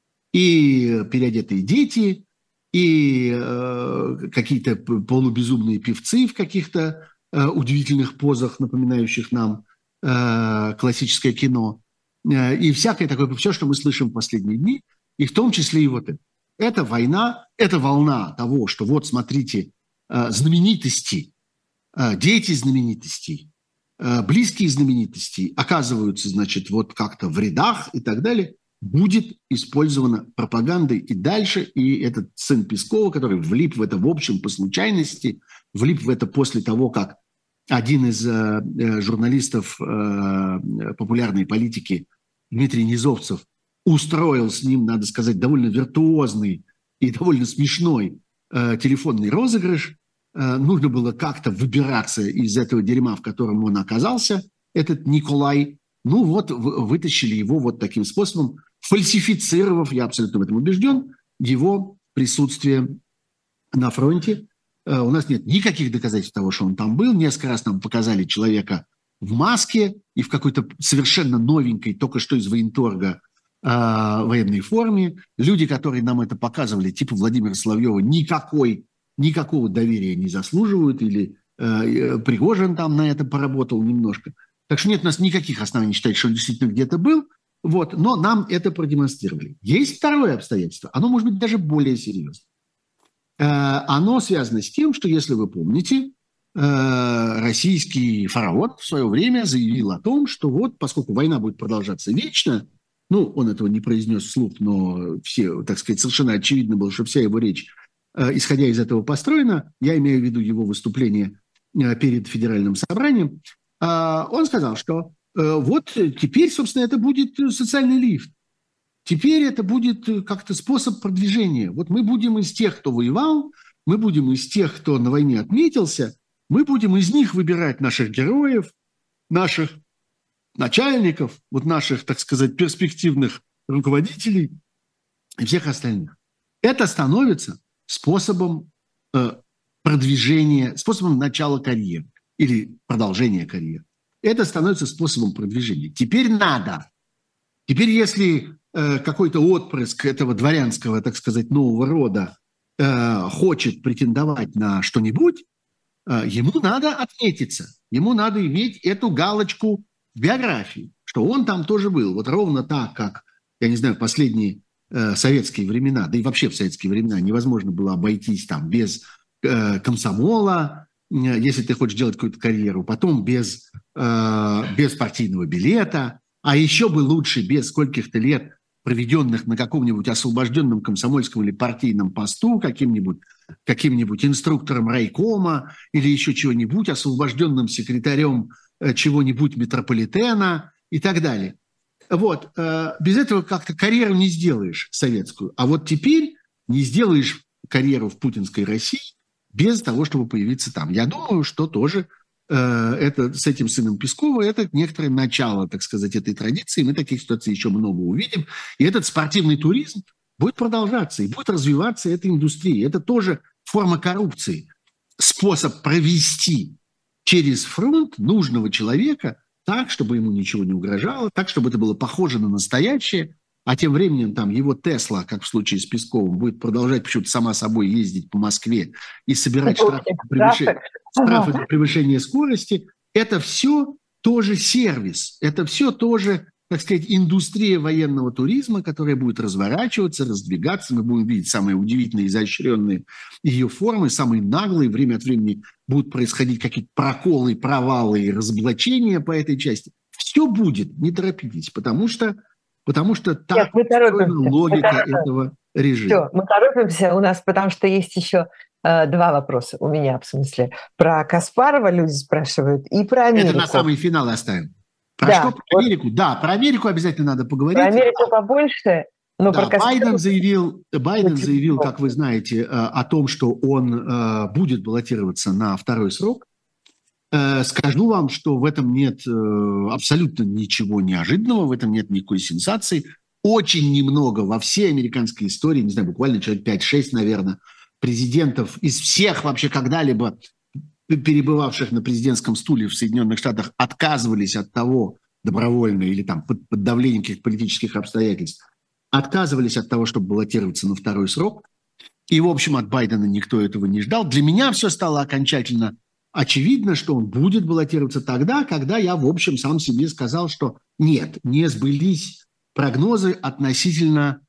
И переодетые дети, и какие-то полубезумные певцы в каких-то удивительных позах, напоминающих нам классическое кино. И всякое такое, все, что мы слышим в последние дни, и в том числе и вот это. Это война, это волна того, что вот, смотрите, знаменитости, дети знаменитостей, близкие знаменитостей оказываются, значит, вот как-то в рядах и так далее, будет использована пропагандой и дальше. И этот сын Пескова, который влип в это в общем по случайности, влип в это после того, как один из журналистов популярной политики Дмитрий Низовцев устроил с ним, надо сказать, довольно виртуозный и довольно смешной телефонный розыгрыш. Нужно было как-то выбираться из этого дерьма, в котором он оказался, этот Николай. Ну вот, вытащили его вот таким способом, фальсифицировав, я абсолютно в этом убежден, его присутствие на фронте. У нас нет никаких доказательств того, что он там был. Несколько раз нам показали человека в маске и в какой-то совершенно новенькой, только что из военторга, военной форме. Люди, которые нам это показывали, типа Владимира Соловьева, никакого доверия не заслуживают, или Пригожин там на это поработал немножко. Так что нет у нас никаких оснований считать, что он действительно где-то был, вот, но нам это продемонстрировали. Есть второе обстоятельство, оно может быть даже более серьезное. Оно связано с тем, что, если вы помните, российский фараон в свое время заявил о том, что вот, поскольку война будет продолжаться вечно, он этого не произнес вслух, но все, так сказать, совершенно очевидно было, что вся его речь, исходя из этого, построена. Я имею в виду его выступление перед Федеральным собранием. Он сказал, что вот теперь, собственно, это будет социальный лифт. Теперь это будет как-то способ продвижения. Вот мы будем из тех, кто воевал, мы будем из тех, кто на войне отметился, мы будем из них выбирать наших героев, наших начальников, вот наших, так сказать, перспективных руководителей и всех остальных. Это становится способом продвижения, способом начала карьеры или продолжения карьеры. Это становится способом продвижения. Теперь надо. Теперь, если какой-то отпрыск этого дворянского, так сказать, нового рода хочет претендовать на что-нибудь, ему надо отметиться. Ему надо иметь эту галочку в биографии, что он там тоже был. Вот ровно так, как, я не знаю, в последние советские времена, да и вообще в советские времена невозможно было обойтись там без комсомола, если ты хочешь делать какую-то карьеру, потом без партийного билета, а еще бы лучше без скольких-то лет, проведенных на каком-нибудь освобожденном комсомольском или партийном посту, каким-нибудь инструктором райкома или еще чего-нибудь, освобожденным секретарем чего-нибудь метрополитена и так далее. Вот. Без этого как-то карьеру не сделаешь советскую. А вот теперь не сделаешь карьеру в путинской России без того, чтобы появиться там. Я думаю, что тоже это с этим сыном Пескова это некоторое начало, так сказать, этой традиции. Мы таких ситуаций еще много увидим. И этот спортивный туризм будет продолжаться, и будет развиваться эта индустрия. Это тоже форма коррупции. Способ провести через фронт нужного человека так, чтобы ему ничего не угрожало, так, чтобы это было похоже на настоящее, а тем временем там его Тесла, как в случае с Песковым, будет продолжать почему-то сама собой ездить по Москве и собирать штрафы за превышение скорости. Это все тоже сервис, это все тоже, так сказать, индустрия военного туризма, которая будет разворачиваться, раздвигаться. Мы будем видеть самые удивительные, изощренные ее формы, самые наглые. Время от времени будут происходить какие-то проколы, провалы и разоблачения по этой части. Все будет, не торопитесь, потому что так логика этого режима. Все, мы торопимся у нас, потому что есть еще два вопроса у меня, в смысле. Про Каспарова люди спрашивают и про Америку. Это на самый финал оставим. Про что? Про Америку? Да, про Америку обязательно надо поговорить. Про Америку побольше. Но да, про Каспарова... Байден заявил, как вы знаете, о том, что он будет баллотироваться на второй срок. Скажу вам, что в этом нет абсолютно ничего неожиданного, в этом нет никакой сенсации. Очень немного во всей американской истории, не знаю, буквально человек 5-6, наверное, президентов из всех вообще когда-либо перебывавших на президентском стуле в Соединенных Штатах отказывались от того добровольно или там под давлением каких-то политических обстоятельств, отказывались от того, чтобы баллотироваться на второй срок. И, в общем, от Байдена никто этого не ждал. Для меня все стало окончательно очевидно, что он будет баллотироваться тогда, когда я, в общем, сам себе сказал, что нет, не сбылись прогнозы относительно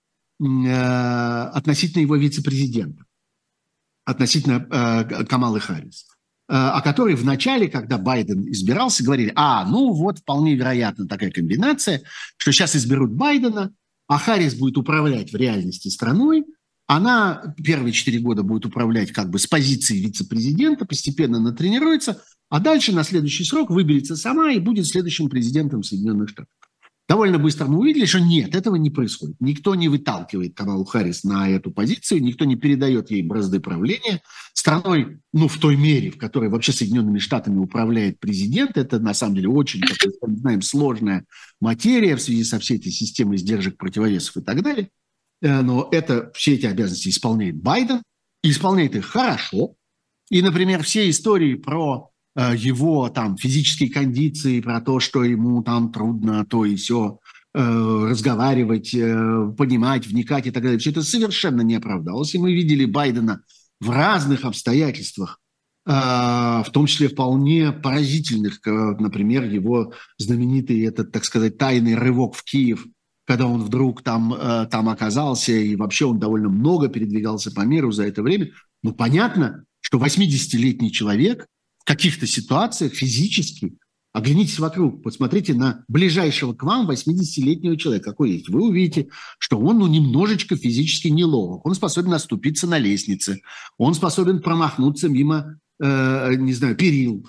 его вице-президента, относительно Камалы Харрис, о которой в начале, когда Байден избирался, говорили, ну вот вполне вероятно такая комбинация, что сейчас изберут Байдена, а Харрис будет управлять в реальности страной, она первые 4 года будет управлять как бы с позиции вице-президента, постепенно натренируется, а дальше на следующий срок выберется сама и будет следующим президентом Соединенных Штатов. Довольно быстро мы увидели, что нет, этого не происходит. Никто не выталкивает Камалу Харрис на эту позицию, никто не передает ей бразды правления. Страной, в той мере, в которой вообще Соединенными Штатами управляет президент, это на самом деле очень, как мы знаем, сложная материя в связи со всей этой системой сдержек, противовесов и так далее. Но все эти обязанности исполняет Байден, и исполняет их хорошо. И, например, все истории про его там физические кондиции, про то, что ему там трудно то и сё разговаривать, понимать, вникать и так далее, все это совершенно не оправдалось. И мы видели Байдена в разных обстоятельствах, в том числе вполне поразительных, например, его знаменитый этот, так сказать, тайный рывок в Киев, когда он вдруг там оказался, и вообще он довольно много передвигался по миру за это время. Понятно, что 80-летний человек в каких-то ситуациях физически, оглянитесь вокруг, посмотрите на ближайшего к вам 80-летнего человека, какой есть. Вы увидите, что он немножечко физически неловок. Он способен оступиться на лестнице, он способен промахнуться мимо, перил.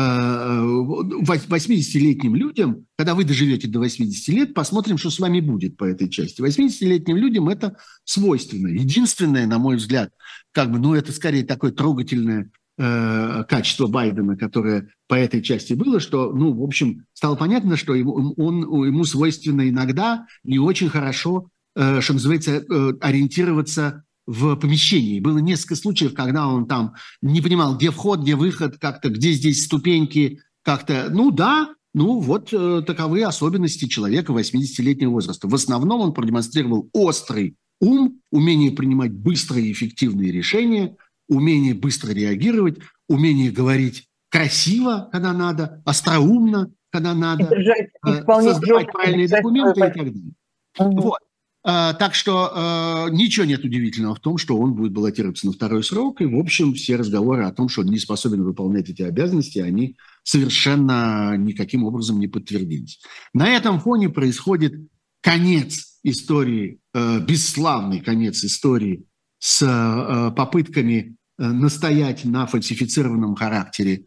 80-летним людям, когда вы доживете до 80 лет, посмотрим, что с вами будет по этой части. 80-летним людям это свойственно. Единственное, на мой взгляд, это скорее такое трогательное качество Байдена, которое по этой части было, что, в общем, стало понятно, что ему свойственно иногда не очень хорошо, что называется, ориентироваться в помещении. Было несколько случаев, когда он там не понимал, где вход, где выход, как-то, где здесь ступеньки, как-то, таковы особенности человека 80-летнего возраста. В основном он продемонстрировал острый ум, умение принимать быстрые и эффективные решения, умение быстро реагировать, умение говорить красиво, когда надо, остроумно, когда надо, создавать правильные документы и так далее. Вот. Так что ничего нет удивительного в том, что он будет баллотироваться на второй срок. И, в общем, все разговоры о том, что он не способен выполнять эти обязанности, они совершенно никаким образом не подтвердились. На этом фоне происходит конец истории, бесславный конец истории с попытками настоять на фальсифицированном характере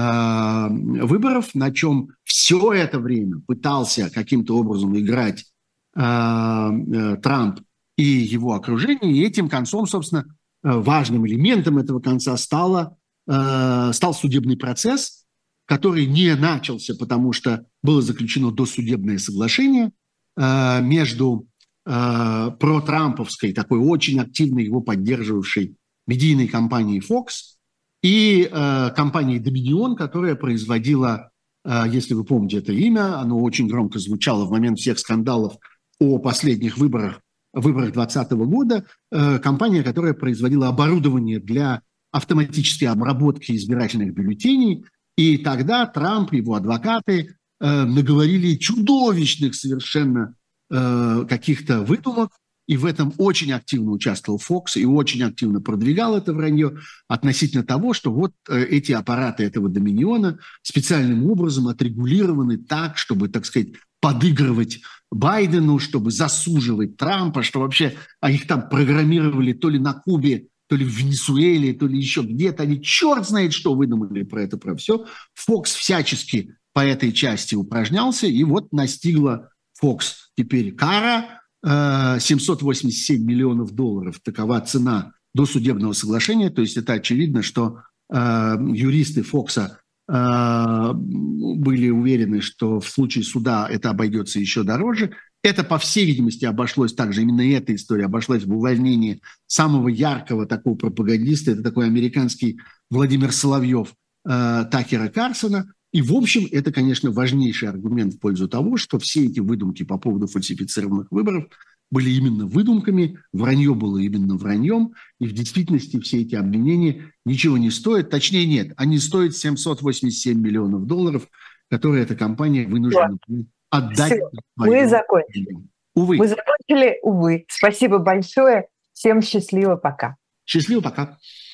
выборов, на чем все это время пытался каким-то образом играть Трамп и его окружение, и этим концом, собственно, важным элементом этого конца стал судебный процесс, который не начался, потому что было заключено досудебное соглашение между протрамповской, такой очень активно его поддерживавшей медийной компанией Fox и компанией Dominion, которая производила, если вы помните это имя, оно очень громко звучало в момент всех скандалов о последних выборах 2020 года, компания, которая производила оборудование для автоматической обработки избирательных бюллетеней. И тогда Трамп и его адвокаты наговорили чудовищных совершенно каких-то выдумок, и в этом очень активно участвовал Fox и очень активно продвигал это вранье относительно того, что вот эти аппараты этого Доминиона специальным образом отрегулированы так, чтобы, так сказать, подыгрывать Байдену, чтобы засуживать Трампа, что вообще их там программировали то ли на Кубе, то ли в Венесуэле, то ли еще где-то. Они черт знает что выдумали про это, про все. Fox всячески по этой части упражнялся, и вот настигла Fox теперь кара. 787 миллионов долларов – такова цена досудебного соглашения. То есть это очевидно, что юристы Фокса были уверены, что в случае суда это обойдется еще дороже. Это, по всей видимости, обошлось также, именно эта история обошлась в увольнении самого яркого такого пропагандиста, это такой американский Владимир Соловьев, Такера Карлсона. И, в общем, это, конечно, важнейший аргумент в пользу того, что все эти выдумки по поводу фальсифицированных выборов были именно выдумками, вранье было именно враньем, и в действительности все эти обвинения ничего не стоят. Точнее, нет, они стоят $787 миллионов, которые эта компания вынуждена отдать. Все, мы закончили. Увы. Мы закончили, увы. Спасибо большое. Всем счастливо, пока. Счастливо, пока.